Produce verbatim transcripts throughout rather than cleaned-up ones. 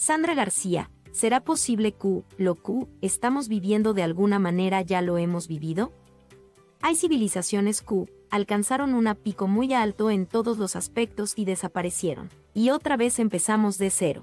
Sandra García, ¿será posible que lo que estamos viviendo de alguna manera ya lo hemos vivido? Hay civilizaciones que alcanzaron un pico muy alto en todos los aspectos y desaparecieron, y otra vez empezamos de cero.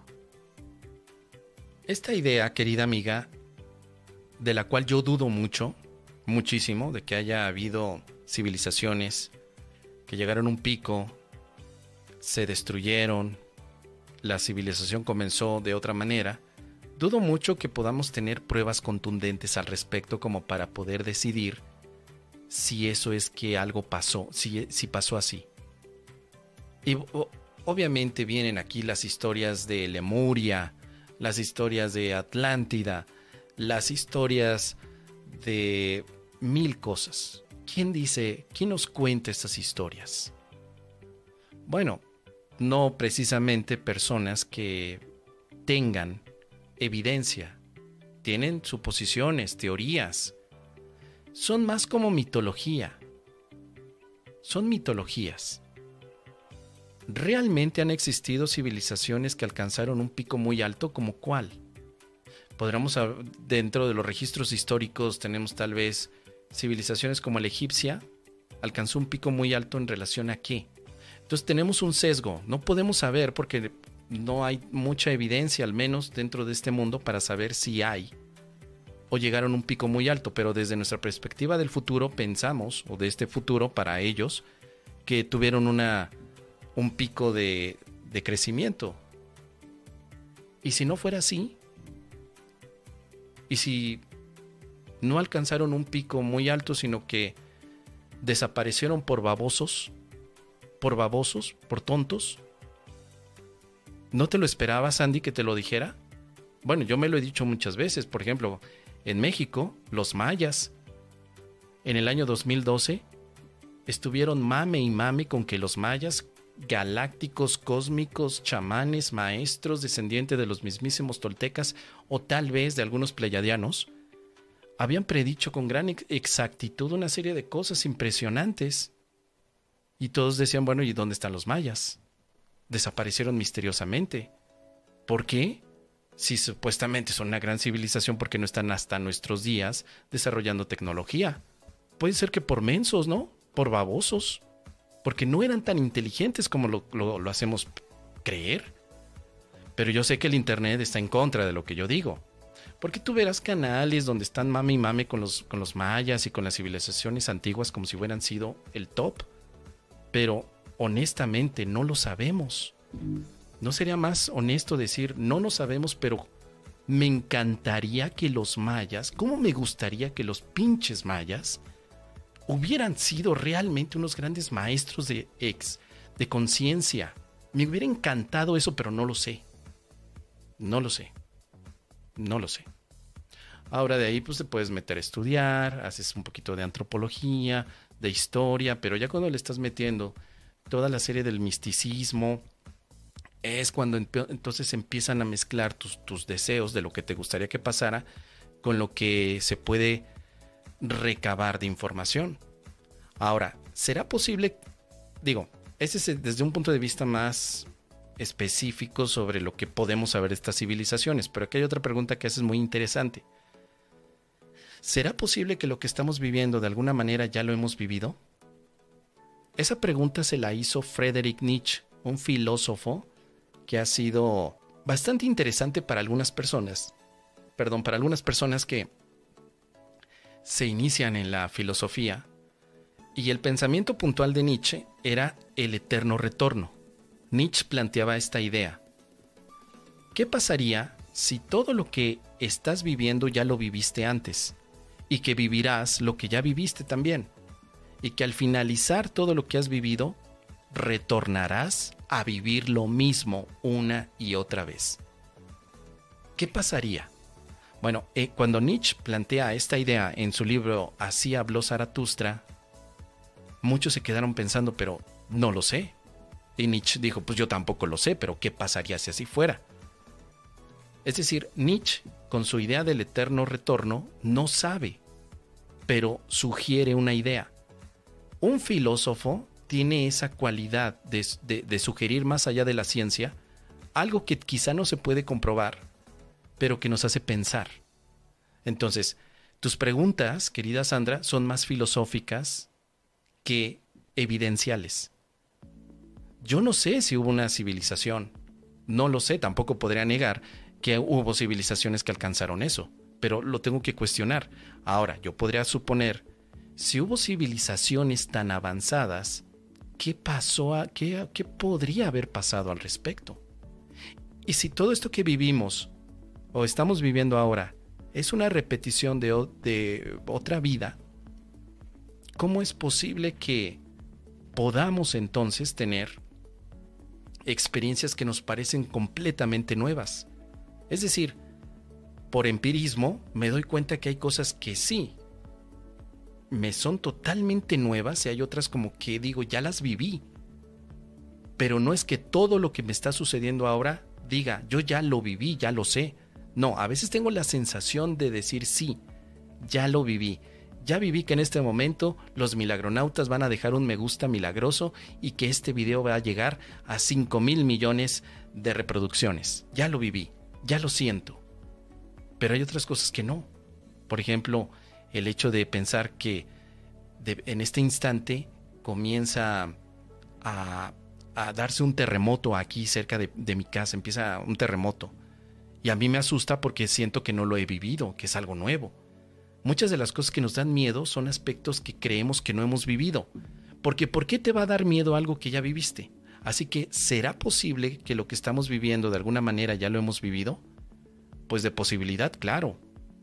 Esta idea, querida amiga, de la cual yo dudo mucho, muchísimo, de que haya habido civilizaciones que llegaron a un pico, se destruyeron, la civilización comenzó de otra manera, dudo mucho que podamos tener pruebas contundentes al respecto como para poder decidir si eso es que algo pasó, si, si pasó así. Y o, obviamente vienen aquí las historias de Lemuria, las historias de Atlántida, las historias de mil cosas. ¿Quién dice, quién nos cuenta estas historias? Bueno, no precisamente personas que tengan evidencia, tienen suposiciones, teorías. Son más como mitología. Son mitologías. ¿Realmente han existido civilizaciones que alcanzaron un pico muy alto? ¿Como cuál? Podríamos, dentro de los registros históricos, tenemos tal vez civilizaciones como la egipcia, alcanzó un pico muy alto en relación a qué. Entonces tenemos un sesgo, no podemos saber porque no hay mucha evidencia, al menos dentro de este mundo, para saber si hay o llegaron a un pico muy alto, pero desde nuestra perspectiva del futuro pensamos, o de este futuro para ellos, que tuvieron una, un pico de, de crecimiento. ¿Y si no fuera así? ¿Y si no alcanzaron un pico muy alto, sino que desaparecieron por babosos? ¿Por babosos? ¿Por tontos? ¿No te lo esperabas, Andy, que te lo dijera? Bueno, yo me lo he dicho muchas veces. Por ejemplo, en México, los mayas, en el año dos mil doce, estuvieron mame y mame con que los mayas, galácticos, cósmicos, chamanes, maestros, descendientes de los mismísimos toltecas, o tal vez de algunos pleyadianos, habían predicho con gran exactitud una serie de cosas impresionantes. Y todos decían, bueno, ¿y dónde están los mayas? Desaparecieron misteriosamente. ¿Por qué? Si supuestamente son una gran civilización, ¿por qué no están hasta nuestros días desarrollando tecnología? Puede ser que por mensos, ¿no? Por babosos. Porque no eran tan inteligentes como lo, lo, lo hacemos creer. Pero yo sé que el internet está en contra de lo que yo digo. Porque tú verás canales donde están mame y mame con los, con los mayas y con las civilizaciones antiguas como si hubieran sido el top. Pero honestamente no lo sabemos. ¿No sería más honesto decir no lo sabemos, pero me encantaría que los mayas, cómo me gustaría que los pinches mayas hubieran sido realmente unos grandes maestros de ex, de conciencia? Me hubiera encantado eso, pero no lo sé. No lo sé. No lo sé. Ahora de ahí pues te puedes meter a estudiar, haces un poquito de antropología, de historia, pero ya cuando le estás metiendo toda la serie del misticismo, es cuando entonces empiezan a mezclar tus, tus deseos de lo que te gustaría que pasara con lo que se puede recabar de información. Ahora, ¿será posible? Digo, ese es desde un punto de vista más específico sobre lo que podemos saber de estas civilizaciones, pero aquí hay otra pregunta que haces muy interesante. ¿Será posible que lo que estamos viviendo de alguna manera ya lo hemos vivido? Esa pregunta se la hizo Friedrich Nietzsche, un filósofo que ha sido bastante interesante para algunas personas. Perdón, para algunas personas que se inician en la filosofía. Y el pensamiento puntual de Nietzsche era el eterno retorno. Nietzsche planteaba esta idea. ¿Qué pasaría si todo lo que estás viviendo ya lo viviste antes? Y que vivirás lo que ya viviste también. Y que al finalizar todo lo que has vivido, retornarás a vivir lo mismo una y otra vez. ¿Qué pasaría? Bueno, eh, cuando Nietzsche plantea esta idea en su libro Así habló Zaratustra, muchos se quedaron pensando, pero no lo sé. Y Nietzsche dijo, pues yo tampoco lo sé, pero ¿qué pasaría si así fuera? Es decir, Nietzsche, con su idea del eterno retorno, no sabe, pero sugiere una idea. Un filósofo tiene esa cualidad de, de, de sugerir más allá de la ciencia algo que quizá no se puede comprobar, pero que nos hace pensar. Entonces, tus preguntas, querida Sandra, son más filosóficas que evidenciales. Yo no sé si hubo una civilización, no lo sé, tampoco podría negar que hubo civilizaciones que alcanzaron eso, pero lo tengo que cuestionar. Ahora, yo podría suponer, si hubo civilizaciones tan avanzadas, ¿qué pasó? A, qué, ¿Qué podría haber pasado al respecto? Y si todo esto que vivimos o estamos viviendo ahora es una repetición de, de otra vida, ¿cómo es posible que podamos entonces tener experiencias que nos parecen completamente nuevas? Es decir, por empirismo me doy cuenta que hay cosas que sí me son totalmente nuevas y hay otras como que digo, ya las viví. Pero no es que todo lo que me está sucediendo ahora diga, yo ya lo viví, ya lo sé. No, a veces tengo la sensación de decir, sí, ya lo viví. Ya viví que en este momento los milagronautas van a dejar un me gusta milagroso y que este video va a llegar a cinco mil millones de reproducciones. Ya lo viví, ya lo siento. Pero hay otras cosas que no. Por ejemplo, el hecho de pensar que de, en este instante comienza a, a darse un terremoto aquí cerca de, de mi casa, empieza un terremoto. Y a mí me asusta porque siento que no lo he vivido, que es algo nuevo. Muchas de las cosas que nos dan miedo son aspectos que creemos que no hemos vivido. Porque ¿por qué te va a dar miedo algo que ya viviste? Así que, ¿será posible que lo que estamos viviendo de alguna manera ya lo hemos vivido? Pues de posibilidad, claro.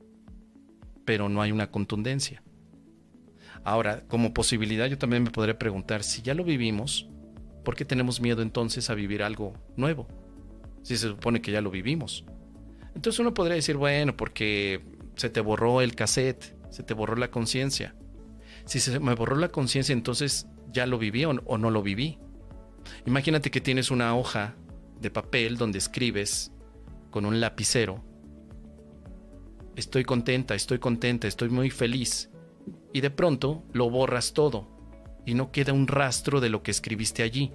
Pero no hay una contundencia. Ahora, como posibilidad yo también me podré preguntar, si ya lo vivimos, ¿por qué tenemos miedo entonces a vivir algo nuevo? Si se supone que ya lo vivimos. Entonces uno podría decir, bueno, porque se te borró el cassette, se te borró la conciencia. Si se me borró la conciencia, entonces ya lo viví o, o no lo viví. Imagínate que tienes una hoja de papel donde escribes con un lapicero, estoy contenta, estoy contenta, estoy muy feliz. Y de pronto lo borras todo y no queda un rastro de lo que escribiste allí.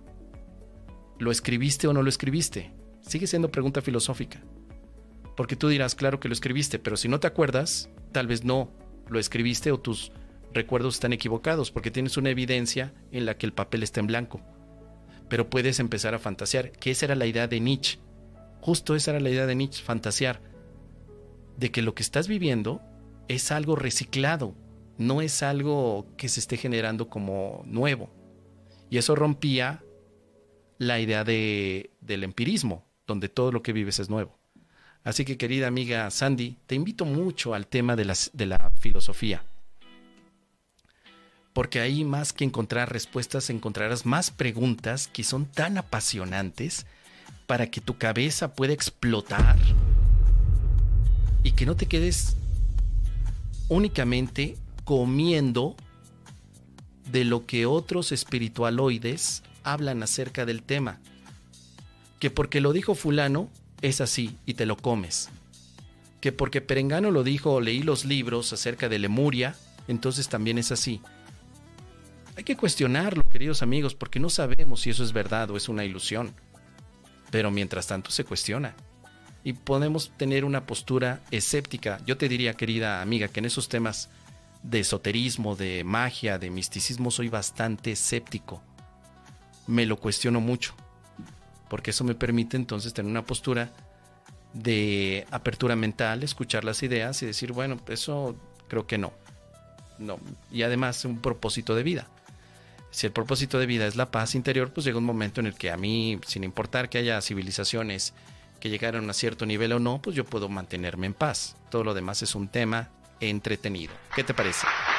¿Lo escribiste o no lo escribiste? Sigue siendo pregunta filosófica. Porque tú dirás, claro que lo escribiste, pero si no te acuerdas, tal vez no lo escribiste o tus recuerdos están equivocados, porque tienes una evidencia en la que el papel está en blanco. Pero puedes empezar a fantasear, que esa era la idea de Nietzsche. Justo esa era la idea de Nietzsche, fantasear. De que lo que estás viviendo es algo reciclado, no es algo que se esté generando como nuevo. Y eso rompía la idea de, del empirismo, donde todo lo que vives es nuevo. Así que, querida amiga Sandy, te invito mucho al tema de, las, de la filosofía. Porque ahí, más que encontrar respuestas, encontrarás más preguntas que son tan apasionantes para que tu cabeza pueda explotar y que no te quedes únicamente comiendo de lo que otros espiritualoides hablan acerca del tema. Que porque lo dijo fulano, es así y te lo comes. Que porque Perengano lo dijo o leí los libros acerca de Lemuria, entonces también es así. Hay que cuestionarlo, queridos amigos, porque no sabemos si eso es verdad o es una ilusión. Pero mientras tanto se cuestiona. Y podemos tener una postura escéptica. Yo te diría, querida amiga, que en esos temas de esoterismo, de magia, de misticismo, soy bastante escéptico. Me lo cuestiono mucho. Porque eso me permite entonces tener una postura de apertura mental, escuchar las ideas y decir, bueno, eso creo que no. no. Y además un propósito de vida. Si el propósito de vida es la paz interior, pues llega un momento en el que a mí, sin importar que haya civilizaciones que llegaron a cierto nivel o no, pues yo puedo mantenerme en paz. Todo lo demás es un tema entretenido. ¿Qué te parece?